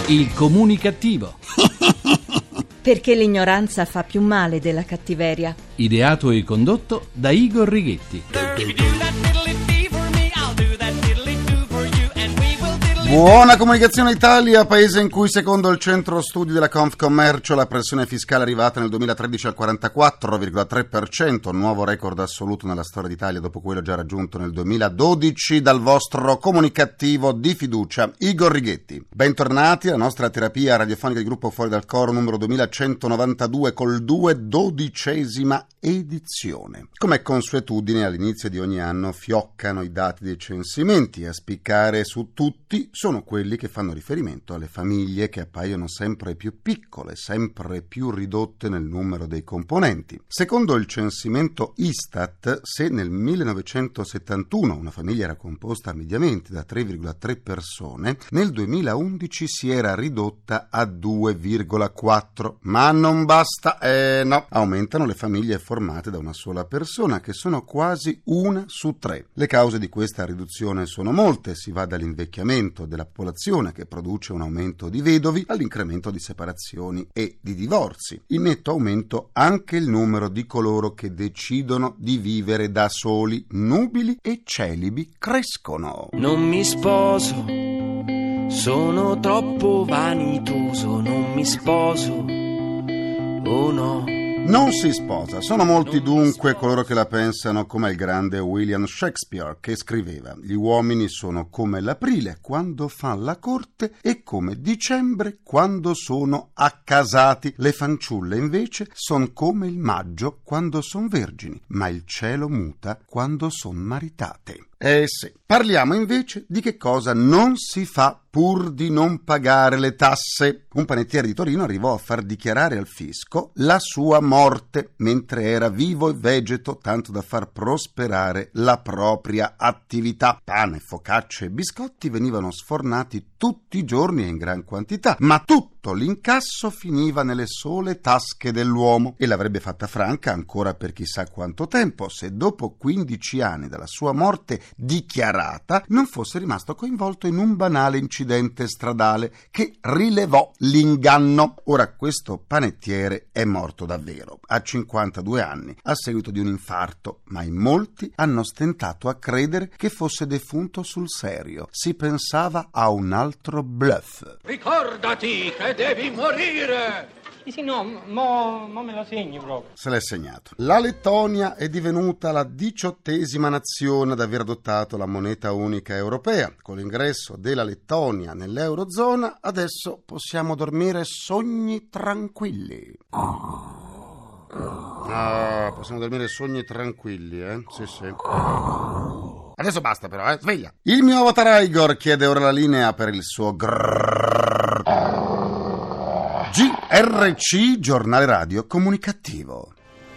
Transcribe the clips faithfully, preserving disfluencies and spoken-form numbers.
Il Comunicativo. Perché l'ignoranza fa più male della cattiveria. Ideato e condotto da Igor Righetti. Buona comunicazione Italia, paese in cui secondo il centro studi della Confcommercio la pressione fiscale è arrivata nel duemilatredici al quarantaquattro virgola tre per cento, un nuovo record assoluto nella storia d'Italia dopo quello già raggiunto nel duemiladodici dal vostro comunicativo di fiducia, Igor Righetti. Bentornati alla nostra terapia radiofonica di gruppo Fuori dal Coro numero duemilacentonovantadue col due, dodicesima edizione. Come consuetudine all'inizio di ogni anno fioccano i dati dei censimenti e a spiccare su tutti sono quelli che fanno riferimento alle famiglie che appaiono sempre più piccole, sempre più ridotte nel numero dei componenti. Secondo il censimento Istat, se nel millenovecentosettantuno una famiglia era composta mediamente da tre virgola tre persone, nel duemilaundici si era ridotta a due virgola quattro. Ma non basta, eh no, aumentano le famiglie formate da una sola persona, che sono quasi una su tre. Le cause di questa riduzione sono molte, si va dall'invecchiamento della popolazione che produce un aumento di vedovi all'incremento di separazioni e di divorzi. In netto aumento anche il numero di coloro che decidono di vivere da soli, nubili e celibi crescono. Non mi sposo, sono troppo vanitoso, non mi sposo, oh no. Non si sposa. Sono molti dunque coloro che la pensano come il grande William Shakespeare, che scriveva: gli uomini sono come l'aprile quando fa la corte e come dicembre quando sono accasati. Le fanciulle invece son come il maggio quando son vergini, ma il cielo muta quando son maritate. Eh sì, parliamo invece di che cosa non si fa pur di non pagare le tasse. Un panettiere di Torino arrivò a far dichiarare al fisco la sua morte mentre era vivo e vegeto, tanto da far prosperare la propria attività. Pane, focacce e biscotti venivano sfornati tutti i giorni e in gran quantità, ma tutto l'incasso finiva nelle sole tasche dell'uomo, e l'avrebbe fatta franca ancora per chissà quanto tempo se dopo quindici anni dalla sua morte dichiarata non fosse rimasto coinvolto in un banale incidente stradale che rilevò l'inganno. Ora questo panettiere è morto davvero a cinquantadue anni a seguito di un infarto, ma in molti hanno stentato a credere che fosse defunto sul serio. Si pensava a un altro bluff. Ricordati che devi morire! Sì, sì, no, mo, mo me la segni proprio. Se l'è segnato. La Lettonia è divenuta la diciottesima nazione ad aver adottato la moneta unica europea. Con l'ingresso della Lettonia nell'Eurozona, adesso possiamo dormire sogni tranquilli. Ah, possiamo dormire sogni tranquilli, eh? Sì, sì. Adesso basta però, eh? Sveglia. Il mio avatar Igor chiede ora la linea per il suo grrrr. G R C, giornale radio comunicativo.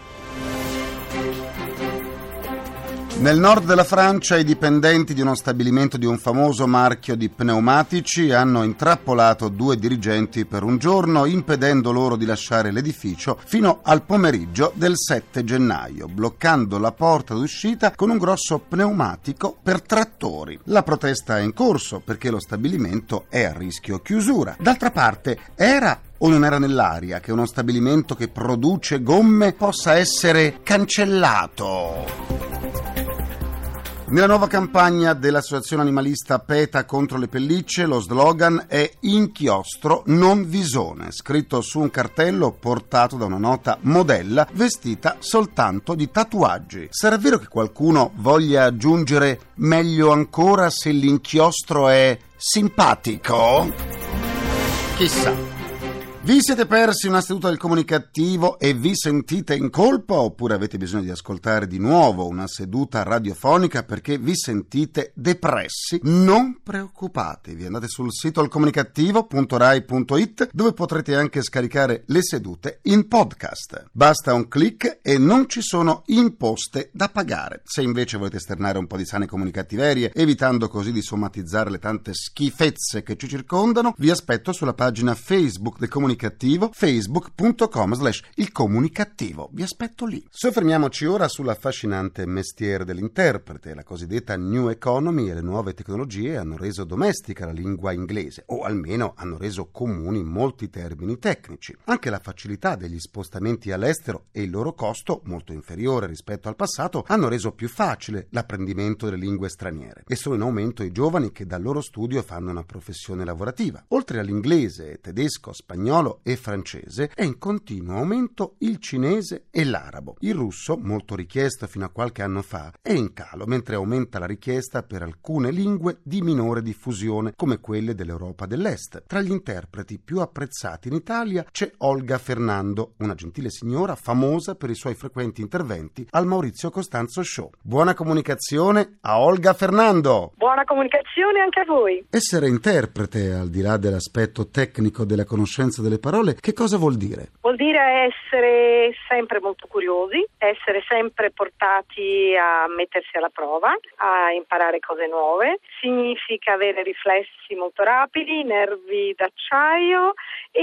Nel nord della Francia i dipendenti di uno stabilimento di un famoso marchio di pneumatici hanno intrappolato due dirigenti per un giorno, impedendo loro di lasciare l'edificio fino al pomeriggio del sette gennaio, bloccando la porta d'uscita con un grosso pneumatico per trattori. La protesta è in corso perché lo stabilimento è a rischio chiusura. D'altra parte, era o non era nell'aria che uno stabilimento che produce gomme possa essere cancellato? Nella nuova campagna dell'associazione animalista PETA contro le pellicce, lo slogan è inchiostro non visone, scritto su un cartello portato da una nota modella vestita soltanto di tatuaggi. Sarà vero che qualcuno voglia aggiungere meglio ancora se l'inchiostro è simpatico? Chissà. Vi siete persi una seduta del comunicativo e vi sentite in colpa, oppure avete bisogno di ascoltare di nuovo una seduta radiofonica perché vi sentite depressi? Non preoccupatevi, andate sul sito alcomunicativo punto rai punto it dove potrete anche scaricare le sedute in podcast. Basta un click e non ci sono imposte da pagare. Se invece volete esternare un po' di sane comunicattiverie, evitando così di somatizzare le tante schifezze che ci circondano, vi aspetto sulla pagina Facebook del comunicativo Comunicattivo, facebook punto com slash il comunicattivo. Vi aspetto lì. Soffermiamoci ora sull'affascinante mestiere dell'interprete. La cosiddetta New Economy e le nuove tecnologie hanno reso domestica la lingua inglese, o almeno hanno reso comuni molti termini tecnici. Anche la facilità degli spostamenti all'estero e il loro costo, molto inferiore rispetto al passato, hanno reso più facile l'apprendimento delle lingue straniere. E sono in aumento i giovani che dal loro studio fanno una professione lavorativa. Oltre all'inglese, tedesco, spagnolo e francese, è in continuo aumento il cinese e l'arabo. Il russo, molto richiesto fino a qualche anno fa, è in calo, mentre aumenta la richiesta per alcune lingue di minore diffusione, come quelle dell'Europa dell'Est. Tra gli interpreti più apprezzati in Italia c'è Olga Fernando, una gentile signora famosa per i suoi frequenti interventi al Maurizio Costanzo Show. Buona comunicazione a Olga Fernando! Buona comunicazione anche a voi! Essere interprete, al di là dell'aspetto tecnico della conoscenza delle parole, che cosa vuol dire? Vuol dire essere sempre molto curiosi, essere sempre portati a mettersi alla prova, a imparare cose nuove. Significa avere riflessi molto rapidi, nervi d'acciaio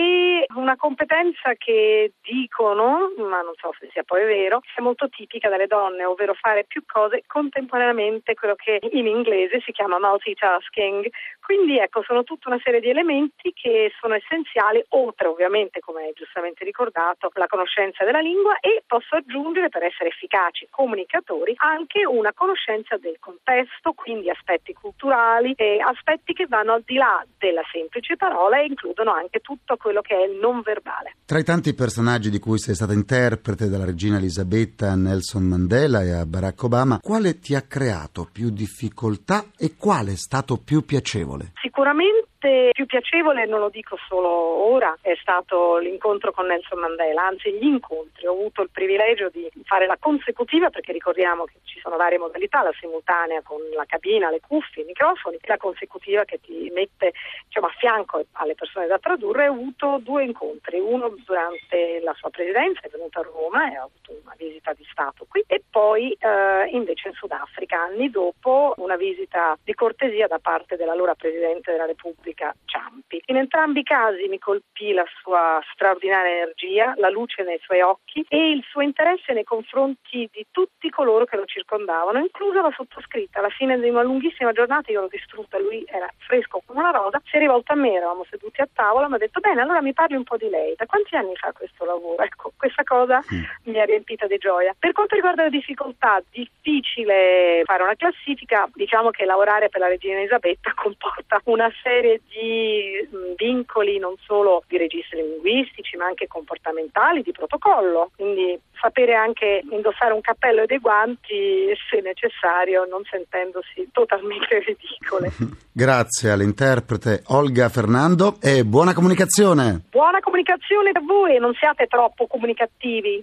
e una competenza che dicono, ma non so se sia poi vero, è molto tipica delle donne, ovvero fare più cose contemporaneamente, quello che in inglese si chiama multitasking. Quindi ecco, sono tutta una serie di elementi che sono essenziali, oltre ovviamente, come hai giustamente ricordato, la conoscenza della lingua, e posso aggiungere, per essere efficaci comunicatori, anche una conoscenza del contesto, quindi aspetti culturali e aspetti che vanno al di là della semplice parola e includono anche tutto quello che è il non verbale. Tra i tanti personaggi di cui sei stata interprete, dalla regina Elisabetta a Nelson Mandela e a Barack Obama, quale ti ha creato più difficoltà e quale è stato più piacevole? Sicuramente più piacevole, non lo dico solo ora, è stato l'incontro con Nelson Mandela, anzi gli incontri. Ho avuto il privilegio di fare la consecutiva, perché ricordiamo che ci sono varie modalità, la simultanea con la cabina, le cuffie, i microfoni, e la consecutiva che ti mette, diciamo, a fianco alle persone da tradurre. Ho avuto due incontri, uno durante la sua presidenza, è venuto a Roma e ha avuto una visita di Stato qui, e poi eh, invece in Sudafrica, anni dopo, una visita di cortesia da parte dell'allora Presidente della Repubblica Ciampi. In entrambi i casi mi colpì la sua straordinaria energia, la luce nei suoi occhi e il suo interesse nei confronti di tutti coloro che lo circondavano, inclusa la sottoscritta. Alla fine di una lunghissima giornata, io l'ho distrutta, lui era fresco come una rosa, si è rivolto a me, eravamo seduti a tavola, mi ha detto: bene, allora mi parli un po' di lei, da quanti anni fa questo lavoro? Ecco, questa cosa mm. mi ha riempita di gioia. Per quanto riguarda le difficoltà, difficile fare una classifica. Diciamo che lavorare per la regina Elisabetta comporta una serie di vincoli non solo di registri linguistici ma anche comportamentali, di protocollo, quindi sapere anche indossare un cappello e dei guanti se necessario, non sentendosi totalmente ridicole. Grazie all'interprete Olga Fernando e buona comunicazione. Buona comunicazione a voi e non siate troppo comunicativi.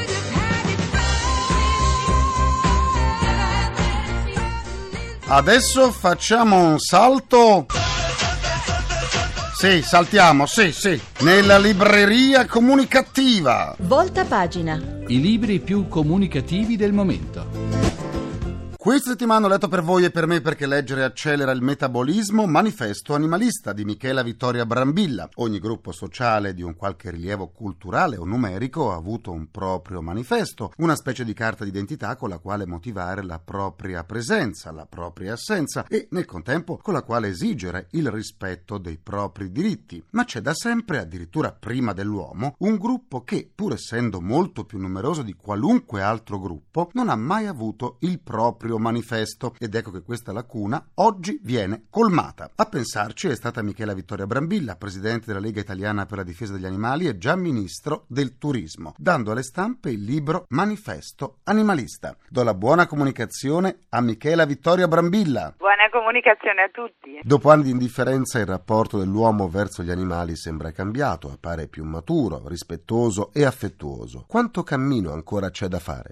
Adesso facciamo un salto. Sì, saltiamo, sì, sì. Nella libreria comunicativa. Volta pagina. I libri più comunicativi del momento. Questa settimana ho letto per voi e per me, perché leggere accelera il metabolismo, Manifesto animalista di Michela Vittoria Brambilla. Ogni gruppo sociale di un qualche rilievo culturale o numerico ha avuto un proprio manifesto, una specie di carta d'identità con la quale motivare la propria presenza, la propria assenza e nel contempo con la quale esigere il rispetto dei propri diritti. Ma c'è da sempre, addirittura prima dell'uomo, un gruppo che, pur essendo molto più numeroso di qualunque altro gruppo, non ha mai avuto il proprio manifesto, ed ecco che questa lacuna oggi viene colmata. A pensarci è stata Michela Vittoria Brambilla, presidente della Lega Italiana per la Difesa degli Animali e già ministro del Turismo, dando alle stampe il libro Manifesto animalista. Do la buona comunicazione a Michela Vittoria Brambilla. Buona comunicazione a tutti. Dopo anni di indifferenza, il rapporto dell'uomo verso gli animali sembra cambiato, appare più maturo, rispettoso e affettuoso. Quanto cammino ancora c'è da fare? Certamente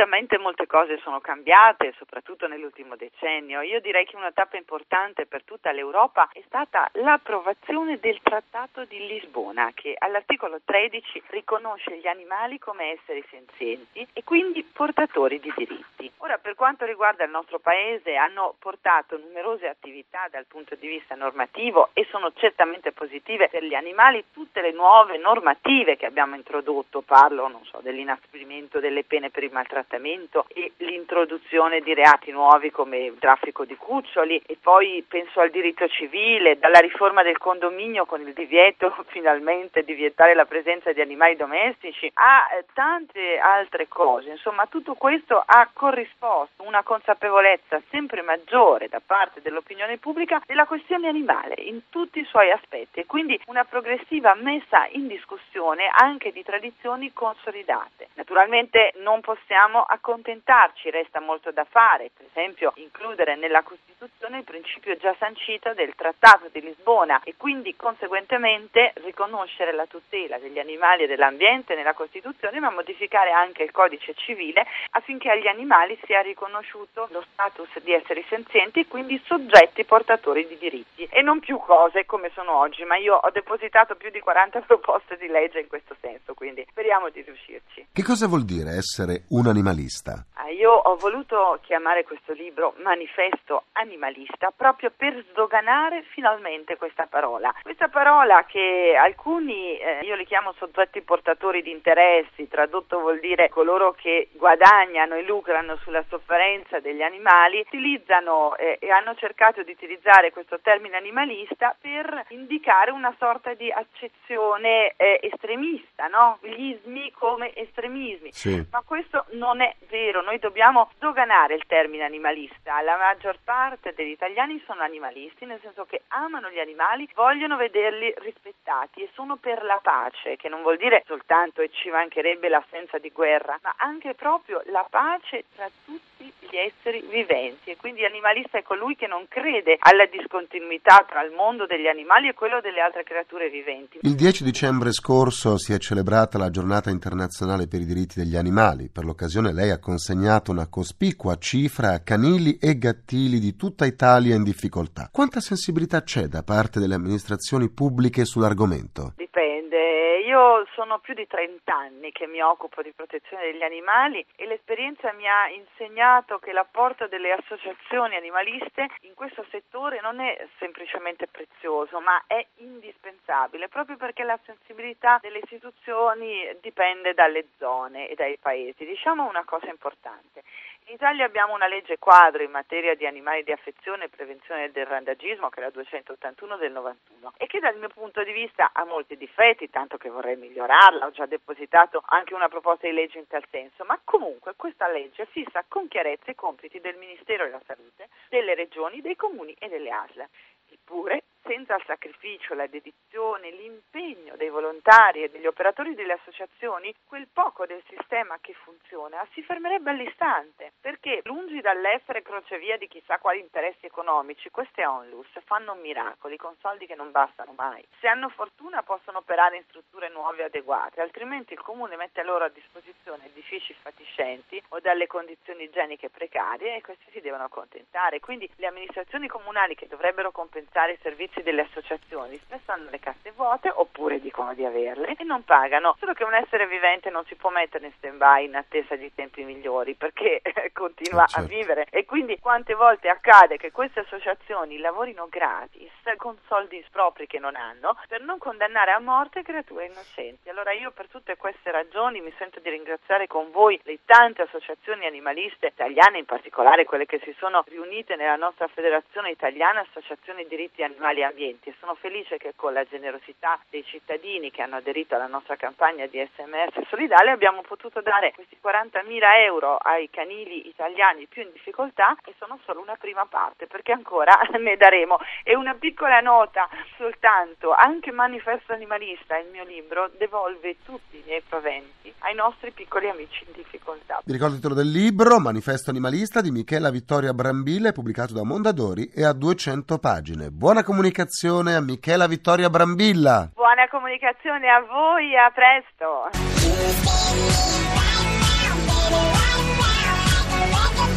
certamente molte cose sono cambiate, soprattutto nell'ultimo decennio. Io direi che una tappa importante per tutta l'Europa è stata l'approvazione del Trattato di Lisbona, che all'articolo tredici riconosce gli animali come esseri senzienti e quindi portatori di diritti. Ora, per quanto riguarda il nostro paese, hanno portato numerose attività dal punto di vista normativo e sono certamente positive per gli animali tutte le nuove normative che abbiamo introdotto. Parlo, non so, dell'inasprimento delle pene per il maltrattamento e l'introduzione di reati nuovi come il traffico di cuccioli, e poi penso al diritto civile, dalla riforma del condominio con il divieto finalmente di vietare la presenza di animali domestici a eh, tante altre cose. Insomma, tutto questo ha corrisposto una consapevolezza sempre maggiore da parte dell'opinione pubblica della questione animale in tutti i suoi aspetti, e quindi una progressiva messa in discussione anche di tradizioni consolidate. Naturalmente non possiamo accontentarci, resta molto da fare, per esempio includere nella Costituzione il principio già sancito del Trattato di Lisbona e quindi conseguentemente riconoscere la tutela degli animali e dell'ambiente nella Costituzione, ma modificare anche il codice civile affinché agli animali sia riconosciuto lo status di esseri senzienti e quindi soggetti portatori di diritti e non più cose come sono oggi. Ma io ho depositato più di quaranta proposte di legge in questo senso, quindi speriamo di riuscirci. Che cosa vuol dire essere un animalista? Ah, io ho voluto chiamare questo libro Manifesto Animalista proprio per sdoganare finalmente questa parola. Questa parola che alcuni, eh, io li chiamo soggetti portatori di interessi, tradotto vuol dire coloro che guadagnano e lucrano sulla sofferenza degli animali, utilizzano eh, e hanno cercato di utilizzare questo termine animalista per indicare una sorta di accezione eh, estremista, no? Gli ismi come estremismi. Sì. Ma questo non è vero, noi dobbiamo sdoganare il termine animalista. La maggior parte degli italiani sono animalisti, nel senso che amano gli animali, vogliono vederli rispettati e sono per la pace, che non vuol dire soltanto, e ci mancherebbe, l'assenza di guerra, ma anche proprio la pace tra tutti gli esseri viventi. E quindi animalista è colui che non crede alla discontinuità tra il mondo degli animali e quello delle altre creature viventi. Il dieci dicembre scorso si è celebrata la giornata internazionale per i diritti degli animali. Per l'occasione lei ha consegnato una cospicua cifra a canili e gattili di tutta Italia in difficoltà. Quanta sensibilità c'è da parte delle amministrazioni pubbliche sull'argomento? Dipende. Io sono più di trenta anni che mi occupo di protezione degli animali e l'esperienza mi ha insegnato che l'apporto delle associazioni animaliste in questo settore non è semplicemente prezioso, ma è indispensabile, proprio perché la sensibilità delle istituzioni dipende dalle zone e dai paesi. Diciamo una cosa importante. In Italia abbiamo una legge quadro in materia di animali di affezione e prevenzione del randagismo, che è la duecentottantuno del novantuno, e che dal mio punto di vista ha molti difetti, tanto che vorrei migliorarla. Ho già depositato anche una proposta di legge in tal senso, ma comunque questa legge fissa con chiarezza i compiti del Ministero della Salute, delle regioni, dei comuni e delle A S L. Eppure, senza il sacrificio, la dedizione, l'impegno dei volontari e degli operatori delle associazioni, quel poco del sistema che funziona si fermerebbe all'istante, perché lungi dall'essere crocevia di chissà quali interessi economici, queste onlus fanno miracoli con soldi che non bastano mai. Se hanno fortuna possono operare in strutture nuove e adeguate, altrimenti il comune mette loro a disposizione edifici fatiscenti o dalle condizioni igieniche precarie, e questi si devono accontentare. Quindi le amministrazioni comunali, che dovrebbero compensare i servizi delle associazioni, spesso hanno le casse vuote oppure dicono di averle e non pagano. Solo che un essere vivente non si può mettere in stand-by in attesa di tempi migliori, perché continua certo. a vivere, e quindi quante volte accade che queste associazioni lavorino gratis con soldi propri che non hanno per non condannare a morte creature innocenti. Allora io, per tutte queste ragioni, mi sento di ringraziare con voi le tante associazioni animaliste italiane, in particolare quelle che si sono riunite nella nostra Federazione Italiana Associazioni Diritti Animali e Ambienti, e sono felice che con la generosità dei cittadini che hanno aderito alla nostra campagna di S M S solidale abbiamo potuto dare questi quarantamila euro ai canili italiani più in difficoltà, e sono solo una prima parte, perché ancora ne daremo. E una piccola nota soltanto: anche Manifesto Animalista, il mio libro, devolve tutti i miei proventi ai nostri piccoli amici in difficoltà. Vi ricordo il titolo del libro, Manifesto Animalista, di Michela Vittoria Brambilla, pubblicato da Mondadori e a duecento pagine. Buona comunicazione a Michela Vittoria Brambilla. Buona comunicazione a voi, a presto.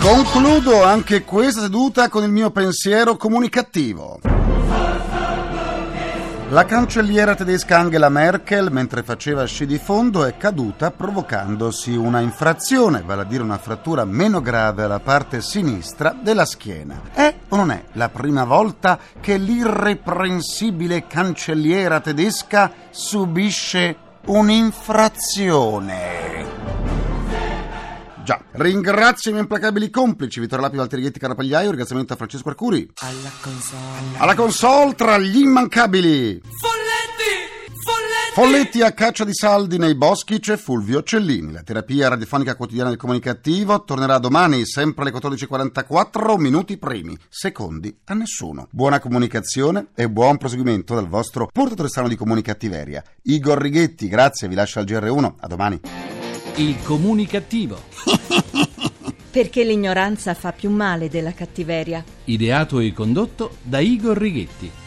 Concludo anche questa seduta con il mio pensiero comunicativo. La cancelliera tedesca Angela Merkel, mentre faceva sci di fondo, è caduta provocandosi una infrazione, vale a dire una frattura meno grave alla parte sinistra della schiena. È o non è la prima volta che l'irreprensibile cancelliera tedesca subisce un'infrazione? Già, ringrazio i miei implacabili complici Vittorio Lapi, Walter Righetti, Carlo Pagliaio. Ringraziamento a Francesco Arcuri Alla console. alla console tra gli immancabili Folletti! Folletti! Folletti a caccia di saldi nei boschi. C'è Fulvio Cellini. La terapia radiofonica quotidiana del comunicativo tornerà domani sempre alle quattordici e quarantaquattro, minuti primi, secondi a nessuno. Buona comunicazione e buon proseguimento dal vostro portatore strano di comunicattiveria Igor Righetti. Grazie, vi lascio al G R uno, a domani. Il comunicativo. Perché l'ignoranza fa più male della cattiveria. Ideato e condotto da Igor Righetti.